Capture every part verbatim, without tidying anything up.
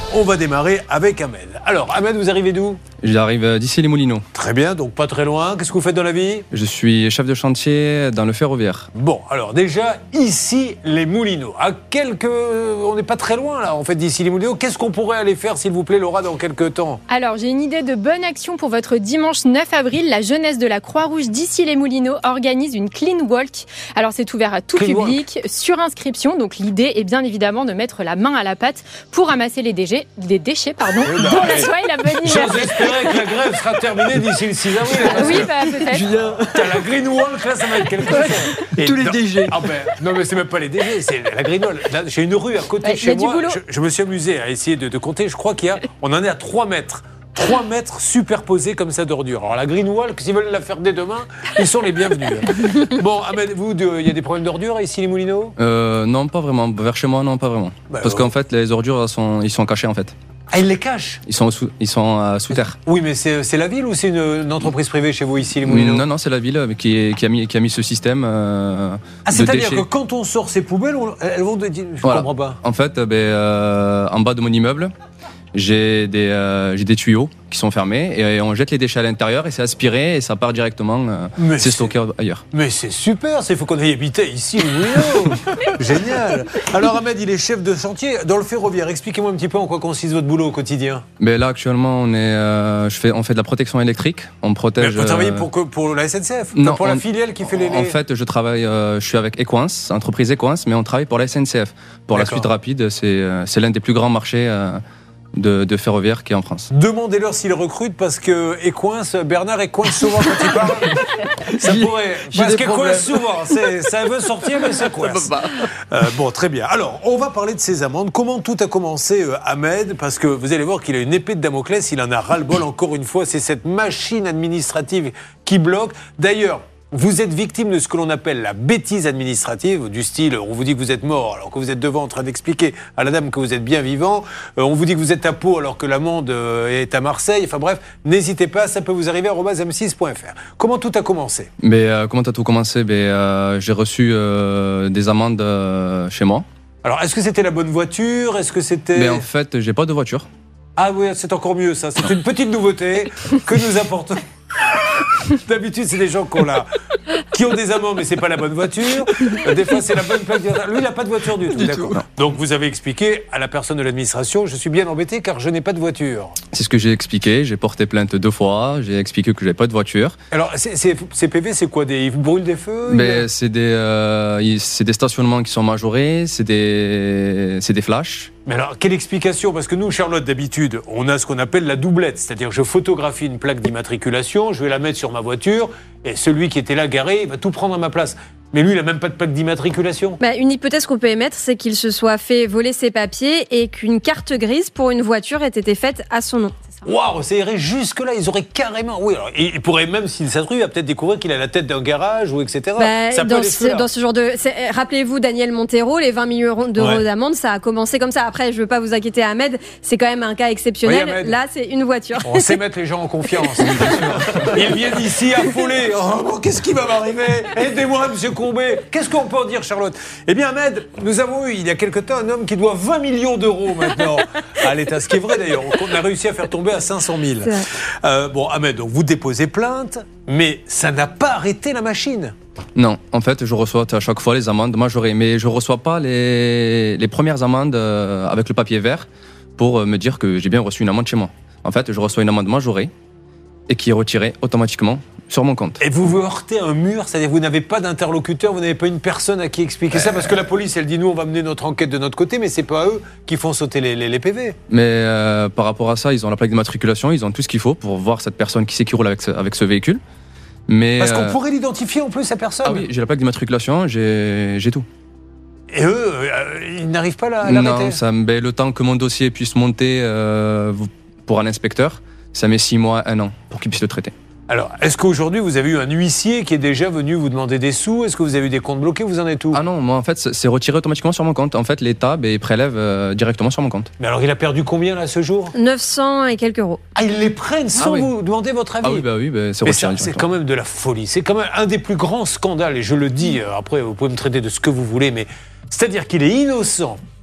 on va démarrer avec Ahmed. Alors, Ahmed, vous arrivez d'où ? J'arrive d'ici les Moulineaux. Très bien, donc pas très loin. Qu'est-ce que vous faites dans la vie ? Je suis chef de chantier dans le ferroviaire. Bon, alors déjà, ici les Moulineaux. À quelques... On n'est pas très loin là, en fait, d'ici les Moulineaux. Qu'est-ce qu'on pourrait aller faire, s'il vous plaît, Laura, dans quelques temps ? Alors, j'ai une idée de bonne action pour votre dimanche neuf avril. La jeunesse de la Croix-Rouge d'ici les Moulineaux organise une clean walk. Alors, c'est ouvert à tout Clean public, walk. Sur inscription. Donc, l'idée est bien évidemment de mettre la main à la pâte pour ramasser les déchets, des déchets, pardon, oui, bah, dont la soie et la bonne humeur. J'ose espérer que la grève sera terminée d'ici le six avril. Oui, bah, peut-être. Julien, t'as la green walk, là, ça va être quelque chose. Et tous les non, déchets. Ah ben, non, mais c'est même pas les déchets, c'est la green walk. Là, j'ai une rue à côté Ouais, de chez y a du moi. boulot. Je, je me suis amusé à essayer de, de compter. Je crois qu'il y a, on en est à trois mètres. trois mètres superposés comme ça d'ordures. Alors la green walk, s'ils veulent la faire dès demain, ils sont les bienvenus. Bon, Ahmed, vous, il y a des problèmes d'ordures ici, les Moulineaux ? euh, Non, pas vraiment. Vers chez moi, non, pas vraiment. Bah, Parce ouais. qu'en fait, les ordures, sont, ils sont cachés, en fait. Ah, ils les cachent ? Ils sont sous, ils sont euh, sous terre. Oui, mais c'est, c'est la ville ou c'est une, une entreprise privée chez vous ici, les Moulineaux ? Non, non, c'est la ville qui, qui, a, mis, qui a mis ce système euh, Ah, de c'est-à-dire déchets. que quand on sort ces poubelles, on, elles vont... De, je Voilà. comprends pas. En fait, ben, euh, en bas de mon immeuble, j'ai des, euh, j'ai des tuyaux qui sont fermés et on jette les déchets à l'intérieur et c'est aspiré et ça part directement, euh, Mais c'est c'est- stocké ailleurs. Mais c'est super, il faut qu'on aille habiter ici, les Moulineaux. Génial. Alors Ahmed, il est chef de chantier dans le ferroviaire. Expliquez-moi un petit peu en quoi consiste votre boulot au quotidien. Mais là, actuellement, on, est, euh, je fais, on fait de la protection électrique. On Mais protège. vous travaillez euh, pour, que- pour la S N C F non, Pour la on- filiale qui fait les... En fait, je travaille, euh, je suis avec Equance, entreprise Equance, mais on travaille pour la S N C F. Pour la D'accord. suite rapide, c'est, euh, c'est l'un des plus grands marchés euh, de, de ferroviaire qui est en France. Demandez-leur s'ils recrutent parce que Equance, Bernard Equance souvent quand il parle. Ça J'ai- pourrait. j'ai Parce des qu'Equance souvent, c'est, ça veut sortir mais ça coince. Euh, bon, très bien. Alors, on va parler de ces amendes. Comment tout a commencé, euh, Ahmed ? Parce que vous allez voir qu'il a une épée de Damoclès, il en a ras-le-bol encore une fois. C'est cette machine administrative qui bloque. D'ailleurs, vous êtes victime de ce que l'on appelle la bêtise administrative, du style on vous dit que vous êtes mort alors que vous êtes devant en train d'expliquer à la dame que vous êtes bien vivant, euh, on vous dit que vous êtes à Pau alors que l'amende euh, est à Marseille, enfin bref, n'hésitez pas, ça peut vous arriver à arobase m six point f r. Comment tout a commencé ? Mais euh, comment t'as tout commencé ben, euh, J'ai reçu euh, des amendes euh, chez moi. Alors, est-ce que c'était la bonne voiture ? Est-ce que c'était... Mais en fait, j'ai pas de voiture. Ah oui, c'est encore mieux ça, c'est une petite nouveauté que nous apportons. D'habitude, c'est des gens qu'on a, qui ont des amendes, mais c'est pas la bonne voiture. Des fois, c'est la bonne plaque. Lui, il n'a pas de voiture du tout. Du D'accord. tout, non. Donc, vous avez expliqué à la personne de l'administration, je suis bien embêté car je n'ai pas de voiture. C'est ce que j'ai expliqué. J'ai porté plainte deux fois. J'ai expliqué que j'avais pas de voiture. Alors, c'est- c'est- ces P V, c'est quoi des, ils vous brûlent des feux ? Mais c'est des, euh, il- c'est des stationnements qui sont majorés. C'est des, c'est des flashs. Mais alors, quelle explication ? Parce que nous, Charlotte, d'habitude, on a ce qu'on appelle la doublette. C'est-à-dire, je photographie une plaque d'immatriculation, je vais la mettre sur ma voiture, et celui qui était là garé, il va tout prendre à ma place. Mais lui, il n'a même pas de plaque d'immatriculation. Bah, une hypothèse qu'on peut émettre, c'est qu'il se soit fait voler ses papiers et qu'une carte grise pour une voiture ait été faite à son nom. Waouh, ça irait jusque-là, ils auraient carrément... Oui, alors, il il pourrait même, s'il s'attrouve, il va peut-être découvrir qu'il a la tête d'un garage, ou et cetera. Bah, ça peut dans, aller ce, jusque-là. dans ce genre de... c'est- Rappelez-vous Daniel Montero, les vingt millions d'euros Ouais. d'amende, ça a commencé comme ça. Après, je ne veux pas vous inquiéter, Ahmed, c'est quand même un cas exceptionnel. Oui, Ahmed. Là, c'est une voiture. On sait mettre les gens en confiance, bien sûr. Ils viennent ici affolés. Oh, bon, qu'est-ce qui va m'arriver ? Aidez-moi, monsieur Courbet. Qu'est-ce qu'on peut en dire, Charlotte ? Eh bien, Ahmed, nous avons eu, il y a quelque temps, un homme qui doit vingt millions d'euros maintenant à l'État. Ce qui est vrai, d'ailleurs. On a réussi à faire tomber à cinq cent mille. C'est vrai. Euh, bon, Ahmed, donc vous déposez plainte, mais ça n'a pas arrêté la machine. Non, en fait, je reçois à chaque fois les amendes majorées, mais je reçois pas les, les premières amendes euh, avec le papier vert pour euh, me dire que j'ai bien reçu une amende chez moi. En fait, je reçois une amende majorée et qui est retirée automatiquement sur mon compte. Et vous vous heurtez à un mur, c'est-à-dire que vous n'avez pas d'interlocuteur, vous n'avez pas une personne à qui expliquer ça, parce que la police, elle dit nous, on va mener notre enquête de notre côté, mais c'est pas eux qui font sauter les, les, les P V. Mais euh, par rapport à ça, ils ont la plaque d'immatriculation, ils ont tout ce qu'il faut pour voir cette personne qui sait qui roule avec ce, avec ce véhicule. Mais, Parce qu'on euh, pourrait l'identifier en plus, la personne. ah oui, j'ai la plaque d'immatriculation, j'ai, j'ai tout. Et eux, euh, ils n'arrivent pas à l'arrêter. Non, ça, ben, le temps que mon dossier puisse monter euh, pour un inspecteur, ça met six mois, un an pour qu'il puisse le traiter. Alors, est-ce qu'aujourd'hui, vous avez eu un huissier qui est déjà venu vous demander des sous ? Est-ce que vous avez eu des comptes bloqués ? Vous en êtes où ? Ah non, moi en fait, c'est c'est retiré automatiquement sur mon compte. En fait, l'État ben, il prélève euh, directement sur mon compte. Mais alors, il a perdu combien, là, ce jour ? neuf cents et quelques euros. Ah, ils les prennent sans Ah oui. vous demander votre avis ? Ah oui, bah oui, bah, c'est Mais retiré ça, c'est directement. quand même de la folie. C'est quand même un des plus grands scandales, et je le dis, euh, après, vous pouvez me traiter de ce que vous voulez, mais c'est-à-dire qu'il est innocent.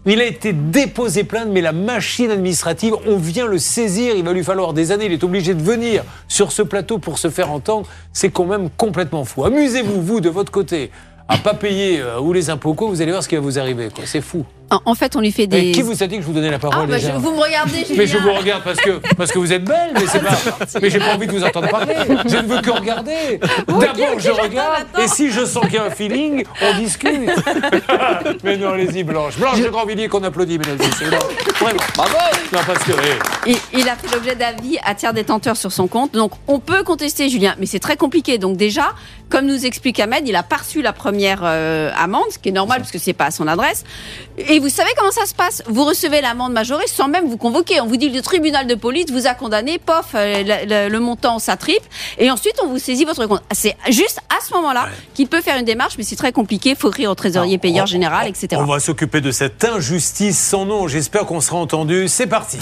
Il a été déposé plainte, mais la machine administrative, on vient le saisir. Il va lui falloir des années. Il est obligé de venir sur ce plateau pour se faire entendre. C'est quand même complètement fou. Amusez-vous, vous, de votre côté, à pas payer euh, ou les impôts, quoi. Vous allez voir ce qui va vous arriver, quoi. C'est fou. En fait, on lui fait des... Et qui vous a dit que je vous donnais la parole, Ah, bah, déjà je, vous me regardez, Julien. Mais je vous regarde parce que, parce que vous êtes belle, mais c'est pas... Mais j'ai pas envie de vous entendre parler. Je ne veux que regarder. D'abord, okay, je regarde, attends. et si je sens qu'il y a un feeling, on discute. Mais non, allez-y, Blanche. Blanche de Grandvilliers qu'on applaudit, mesdames et messieurs. Vraiment. Bravo. Non, parce que... Il, il a fait l'objet d'avis à tiers détenteur sur son compte. Donc, on peut contester, Julien, mais c'est très compliqué. Donc, déjà, comme nous explique Ahmed, il a pas reçu la première euh, amende, ce qui est normal parce que c'est pas à son adresse. Et vous savez comment ça se passe? Vous recevez l'amende majorée sans même vous convoquer. On vous dit le tribunal de police vous a condamné, pof, euh, le, le, le montant ça triple, et ensuite on vous saisit votre compte. C'est juste à ce moment-là ouais. qu'il peut faire une démarche, mais c'est très compliqué. Il faut écrire au trésorier payeur on, général, on, et cetera. On va s'occuper de cette injustice sans nom. J'espère qu'on sera entendu. C'est parti.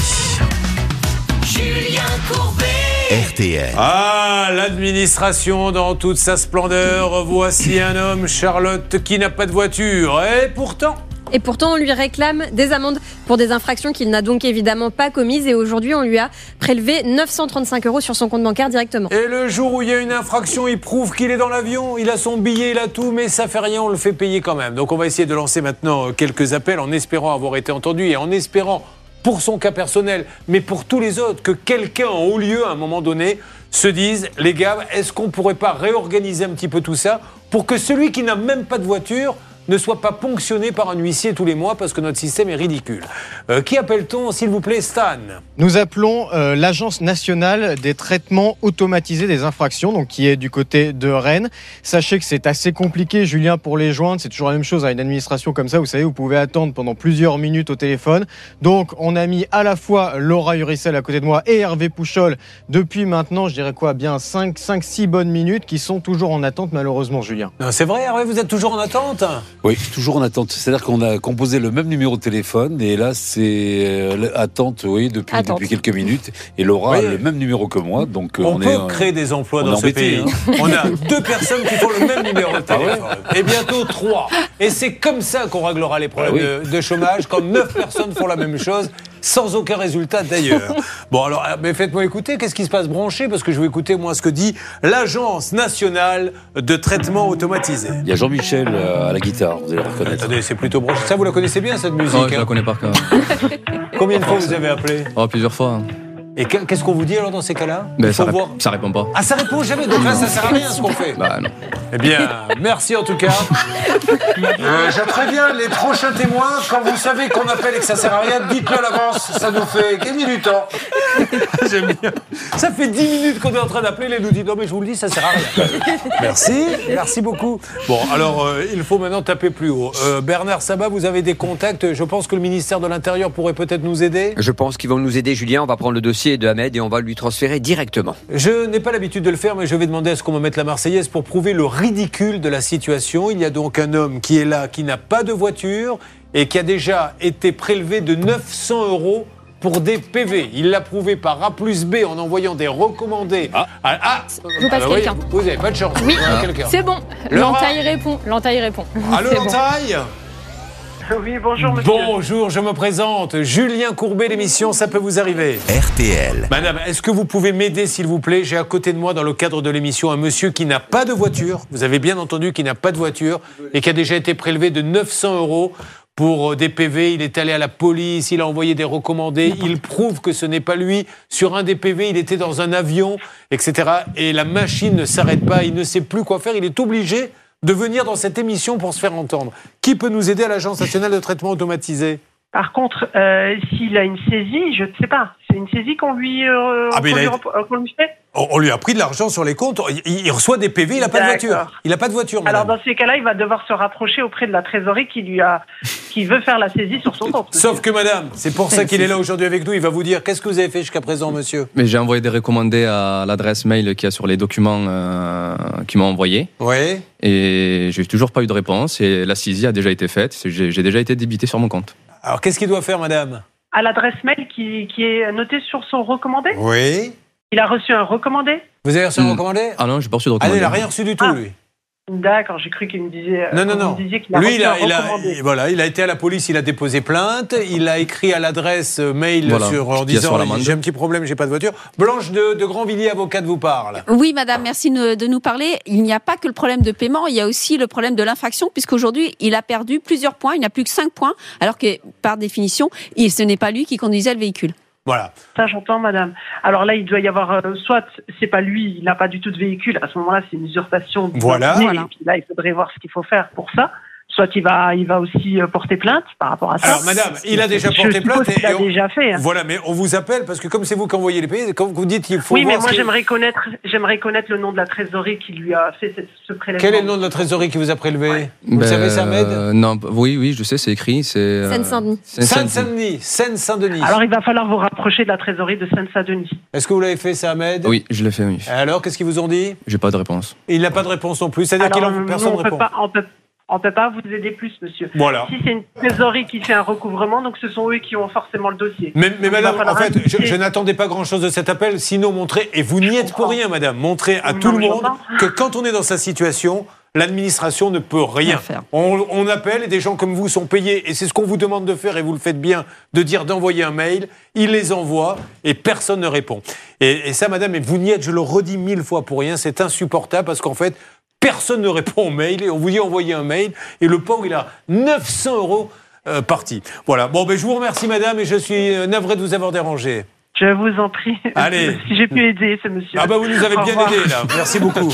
Julien Courbet. R T L. Ah, l'administration dans toute sa splendeur. Voici un homme, Charlotte, qui n'a pas de voiture. Et pourtant... Et pourtant, on lui réclame des amendes pour des infractions qu'il n'a donc évidemment pas commises. Et aujourd'hui, on lui a prélevé neuf cent trente-cinq euros sur son compte bancaire directement. Et le jour où il y a une infraction, il prouve qu'il est dans l'avion, il a son billet, il a tout, mais ça fait rien, on le fait payer quand même. Donc on va essayer de lancer maintenant quelques appels en espérant avoir été entendu et en espérant, pour son cas personnel, mais pour tous les autres, que quelqu'un en haut lieu, à un moment donné, se dise, les gars, est-ce qu'on pourrait pas réorganiser un petit peu tout ça pour que celui qui n'a même pas de voiture ne soit pas ponctionné par un huissier tous les mois parce que notre système est ridicule. Euh, qui appelle-t-on, s'il vous plaît, Stan? Nous appelons euh, l'Agence nationale des traitements automatisés des infractions, donc qui est du côté de Rennes. Sachez que c'est assez compliqué, Julien, pour les joindre. C'est toujours la même chose à une administration comme ça. Vous savez, vous pouvez attendre pendant plusieurs minutes au téléphone. Donc, on a mis à la fois Laura Uricel à côté de moi et Hervé Pouchol depuis maintenant, je dirais quoi, bien cinq six bonnes minutes qui sont toujours en attente, malheureusement, Julien. Non, c'est vrai, Hervé, vous êtes toujours en attente? Oui, toujours en attente. C'est-à-dire qu'on a composé le même numéro de téléphone et là, c'est euh, attente, oui, depuis, attente. depuis quelques minutes. Et Laura oui. a le même numéro que moi, donc on, on peut est, créer des emplois dans ce embêté, pays. Hein. On a deux personnes qui font le même numéro de téléphone. Ah ouais. Et bientôt trois. Et c'est comme ça qu'on réglera les problèmes ah oui. de, de chômage, quand neuf personnes font la même chose, sans aucun résultat d'ailleurs. Bon alors, mais faites-moi écouter, qu'est-ce qui se passe? Branchez, parce que je vais écouter moi ce que dit l'Agence nationale de traitement automatisé. Il y a Jean-Michel à la guitare, vous allez le reconnaître. Attendez, c'est plutôt branché. Ça, vous la connaissez bien, cette musique? Non, je hein la connais par cœur. Combien de fois vous avez appelé? Oh, plusieurs fois. Et qu'est-ce qu'on vous dit alors dans ces cas-là? Ben, ça, voir... ça répond pas. Ah, ça répond jamais, donc là, ça sert à rien ce qu'on fait. Bah non. Eh bien, merci en tout cas. Euh, je préviens les prochains témoins, quand vous savez qu'on appelle et que ça sert à rien, dites-le à l'avance, ça nous fait gagner du temps. J'aime bien. Ça fait dix minutes qu'on est en train d'appeler, les nous dit non mais je vous le dis, ça sert à rien. Merci, merci beaucoup. Bon, alors euh, il faut maintenant taper plus haut. Euh, Bernard Sabat, vous avez des contacts, je pense que le ministère de l'Intérieur pourrait peut-être nous aider. Je pense qu'ils vont nous aider, Julien, on va prendre le dossier de Ahmed et on va lui transférer directement. Je n'ai pas l'habitude de le faire, mais je vais demander à ce qu'on me mette la Marseillaise pour prouver le ridicule de la situation. Il y a donc un homme qui est là, qui n'a pas de voiture et qui a déjà été prélevé de neuf cents euros pour des P V. Il l'a prouvé par A plus B en envoyant des recommandés. Ah, ah, ah Je vous passe alors, quelqu'un. Oui, vous n'avez pas de chance. Oui, ah. quelqu'un. C'est bon. L'entaille répond. L'entaille répond. Allô, l'entaille ? Oui, bonjour monsieur. Bonjour, je me présente. Julien Courbet, l'émission Ça peut vous arriver. R T L. Madame, est-ce que vous pouvez m'aider s'il vous plaît? J'ai à côté de moi dans le cadre de l'émission un monsieur qui n'a pas de voiture. Vous avez bien entendu, qui n'a pas de voiture et qui a déjà été prélevé de neuf cents euros pour des P V. Il est allé à la police, il a envoyé des recommandés. Il prouve que ce n'est pas lui. Sur un des P V, il était dans un avion, et cetera. Et la machine ne s'arrête pas. Il ne sait plus quoi faire. Il est obligé de venir dans cette émission pour se faire entendre. Qui peut nous aider à l'Agence nationale de traitement automatisé? Par contre, euh, s'il a une saisie, je ne sais pas. C'est une saisie qu'on lui, euh, ah, qu'on lui, a... euh, qu'on lui fait on, on lui a pris de l'argent sur les comptes. Il, il reçoit des P V, il n'a pas de voiture. Il n'a pas de voiture, madame. Alors, dans ces cas-là, il va devoir se rapprocher auprès de la trésorerie qui, lui a, qui veut faire la saisie sur son compte. Sauf que, madame, c'est pour ça qu'il est là aujourd'hui avec nous. Il va vous dire, qu'est-ce que vous avez fait jusqu'à présent, monsieur? Mais j'ai envoyé des recommandés à l'adresse mail qu'il y a sur les documents euh, qu'ils m'ont envoyés. Oui. Et j'ai toujours pas eu de réponse. Et la saisie a déjà été faite. J'ai, j'ai déjà été débité sur mon compte. Alors, qu'est-ce qu'il doit faire, madame? À l'adresse mail qui, qui est notée sur son recommandé? Oui. Il a reçu un recommandé? Vous avez reçu un mmh. recommandé? Ah non, j'ai pas reçu de recommandé. Ah, il n'a rien reçu du tout, ah. lui. D'accord, j'ai cru qu'il me disait. Non, non, non. Qu'il a Lui, il a, il, a, recommandé. voilà, il a été à la police, il a déposé plainte, il a écrit à l'adresse mail Voilà, sur, en qui est sur disant l'amende. j'ai un petit problème, j'ai pas de voiture. Blanche de, de Grandvilliers, avocate, vous parle. Oui, madame, merci de de nous parler. Il n'y a pas que le problème de paiement, il y a aussi le problème de l'infraction, puisqu'aujourd'hui, il a perdu plusieurs points, il n'a plus que cinq points, alors que, par définition, il, ce n'est pas lui qui conduisait le véhicule. Voilà. Ça, j'entends, madame. Alors là, il doit y avoir, euh, soit c'est pas lui, il n'a pas du tout de véhicule. À ce moment-là, c'est une usurpation. Voilà. Et Voilà. puis là, il faudrait voir ce qu'il faut faire pour ça. Soit il va, il va aussi euh, porter plainte par rapport à ça. Alors, madame, il a déjà Je porté suppose plainte. qu'il a et on- déjà fait. hein. Voilà, mais on vous appelle parce que comme c'est vous qui envoyez les pays, quand vous dites qu'il faut Oui, mais voir moi, ce qui- j'aimerais connaître, j'aimerais connaître le nom de la trésorerie qui lui a fait cette- ce prélèvement. Quel est le nom de la trésorerie qui vous a prélevé Vous le Ben, savez, Samed euh, Non, oui, oui, je sais, c'est écrit. C'est euh, Seine-Saint-Denis. Seine-Saint-Denis. Seine-Saint-Denis. Seine-Saint-Denis. Alors, il va falloir vous rapprocher de la trésorerie de Seine-Saint-Denis. Est-ce que vous l'avez fait, Samed Oui, je l'ai fait, oui. Alors, qu'est-ce qu'ils vous ont dit J'ai pas de réponse. Il n'a pas de réponse non plus. C'est-à-dire qu'il Alors, en nous, personne on ne peut répond. pas, on peut, on peut pas vous aider plus, monsieur. Voilà. Si c'est une trésorerie qui fait un recouvrement, donc ce sont eux qui ont forcément le dossier. Mais, mais Donc, il va madame, en falloir fait, je, indiquer- je n'attendais pas grand-chose de cet appel, sinon montrer, et vous n'y êtes pour rien, madame, montrer à Non, tout le mais monde j'entends. que quand on est dans sa situation, l'administration ne peut rien Rien faire. On, on appelle et des gens comme vous sont payés, et c'est ce qu'on vous demande de faire, et vous le faites bien, de dire d'envoyer un mail, ils les envoient, et personne ne répond. Et, et ça, madame, et vous n'y êtes, je le redis mille fois pour rien, c'est insupportable, parce qu'en fait, personne ne répond au mail, et on vous dit envoyer un mail, et le pauvre, il a neuf cents euros euh, partis. Voilà, bon, ben, je vous remercie, madame, et je suis euh, navré de vous avoir dérangé. Je vous en prie. Allez. Si j'ai pu aider ce monsieur. Ah bah vous nous avez Au bien revoir. aidé là, merci beaucoup.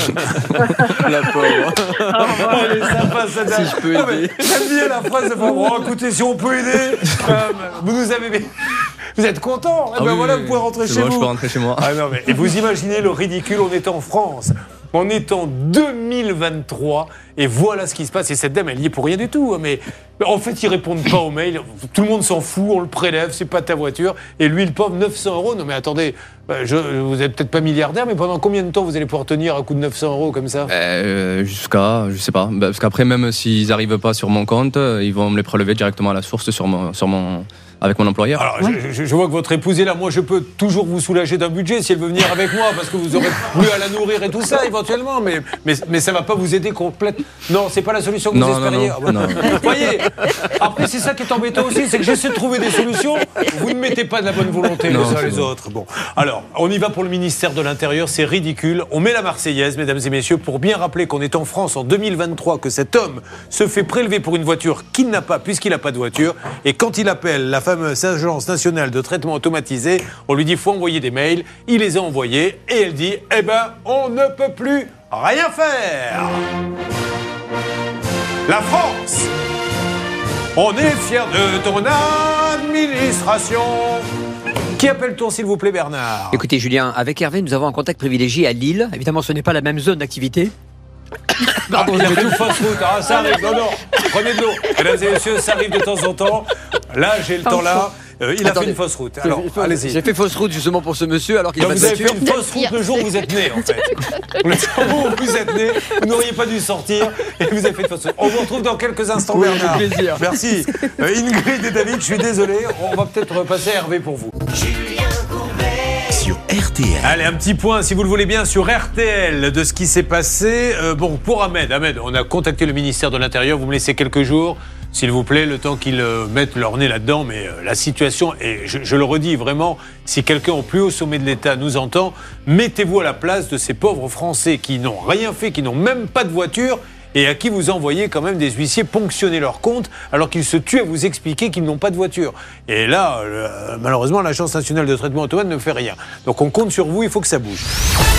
La pauvre. Au revoir. Elle est sympa, cette dame. Si je peux Ah, mais aider. J'aime bien la phrase de bon, écoutez, si on peut aider, euh, vous nous avez... Vous êtes content. Eh Ah ben oui, voilà, oui, vous pouvez oui. rentrer C'est chez bon, vous. je peux rentrer chez moi. Ah non, mais, et vous imaginez le ridicule, on est en France. On est en deux mille vingt-trois et voilà ce qui se passe. Et cette dame, elle y est pour rien du tout. Mais en fait, ils répondent pas aux mails. Tout le monde s'en fout, on le prélève, c'est pas ta voiture. Et lui, le pauvre, neuf cents euros. Non mais attendez, je, vous êtes peut-être pas milliardaire, mais pendant combien de temps vous allez pouvoir tenir un coup de neuf cents euros comme ça? Euh, jusqu'à, je sais pas. Bah, parce qu'après, même s'ils n'arrivent pas sur mon compte, euh, ils vont me les prélever directement à la source sur mon, sur mon, avec mon employeur. Alors, je, je- je vois que votre épouse est là. Moi, je peux toujours vous soulager d'un budget si elle veut venir avec moi, parce que vous aurez plus à la nourrir et tout ça, éventuellement. Mais, mais, mais ça va pas vous aider complètement. Non, c'est pas la solution que Non, vous non, espériez. non, Ah, bah, non. Vous voyez, après, c'est ça qui est embêtant aussi, c'est que j'essaie de trouver des solutions. Vous ne mettez pas de la bonne volonté les Non, uns c'est les bon. autres. Bon, alors, on y va pour le ministère de l'Intérieur. C'est ridicule. On met la Marseillaise, mesdames et messieurs, pour bien rappeler qu'on est en France en deux mille vingt-trois, que cet homme se fait prélever pour une voiture qu'il n'a pas, puisqu'il n'a pas de voiture. Et quand il appelle la fameuse agence nationale de traitement automatisé, on lui dit faut envoyer des mails. Il les a envoyés et elle dit eh ben, on ne peut plus rien faire. La France, on est fiers de ton administration. Qui appelle-t-on, s'il vous plaît, Bernard? Écoutez, Julien, avec Hervé, nous avons un contact privilégié à Lille. Évidemment, ce n'est pas la même zone d'activité. Ah, il a fait une fausse route. Ah, ça arrive. Non, non. Prenez de l'eau. Mesdames et messieurs, ça arrive de temps en temps. Là, j'ai le temps là. Euh, il a Attendez. fait une fausse route. Alors, J'ai- allez-y. J'ai fait fausse route justement pour ce monsieur alors qu'il a Donc pas de vous avez voiture. fait une fausse route le jour où vous êtes né, en fait. Le jour où vous êtes né, vous n'auriez pas dû sortir et vous avez fait une fausse route. On vous retrouve dans quelques instants, Oui, Bernard. avec plaisir. Merci. Euh, Ingrid et David, je suis désolé. On va peut-être repasser à Hervé pour vous. Sur R T L. Allez, un petit point, si vous le voulez bien, sur R T L de ce qui s'est passé. Euh, bon, pour Ahmed, Ahmed, on a contacté le ministère de l'Intérieur. Vous me laissez quelques jours, s'il vous plaît, le temps qu'ils euh, mettent leur nez là-dedans. Mais euh, la situation, et je, je le redis vraiment, si quelqu'un au plus haut sommet de l'État nous entend, mettez-vous à la place de ces pauvres Français qui n'ont rien fait, qui n'ont même pas de voiture, et à qui vous envoyez quand même des huissiers ponctionner leur compte alors qu'ils se tuent à vous expliquer qu'ils n'ont pas de voiture. Et là, euh, malheureusement, l'Agence nationale de traitement automate ne fait rien. Donc on compte sur vous, il faut que ça bouge.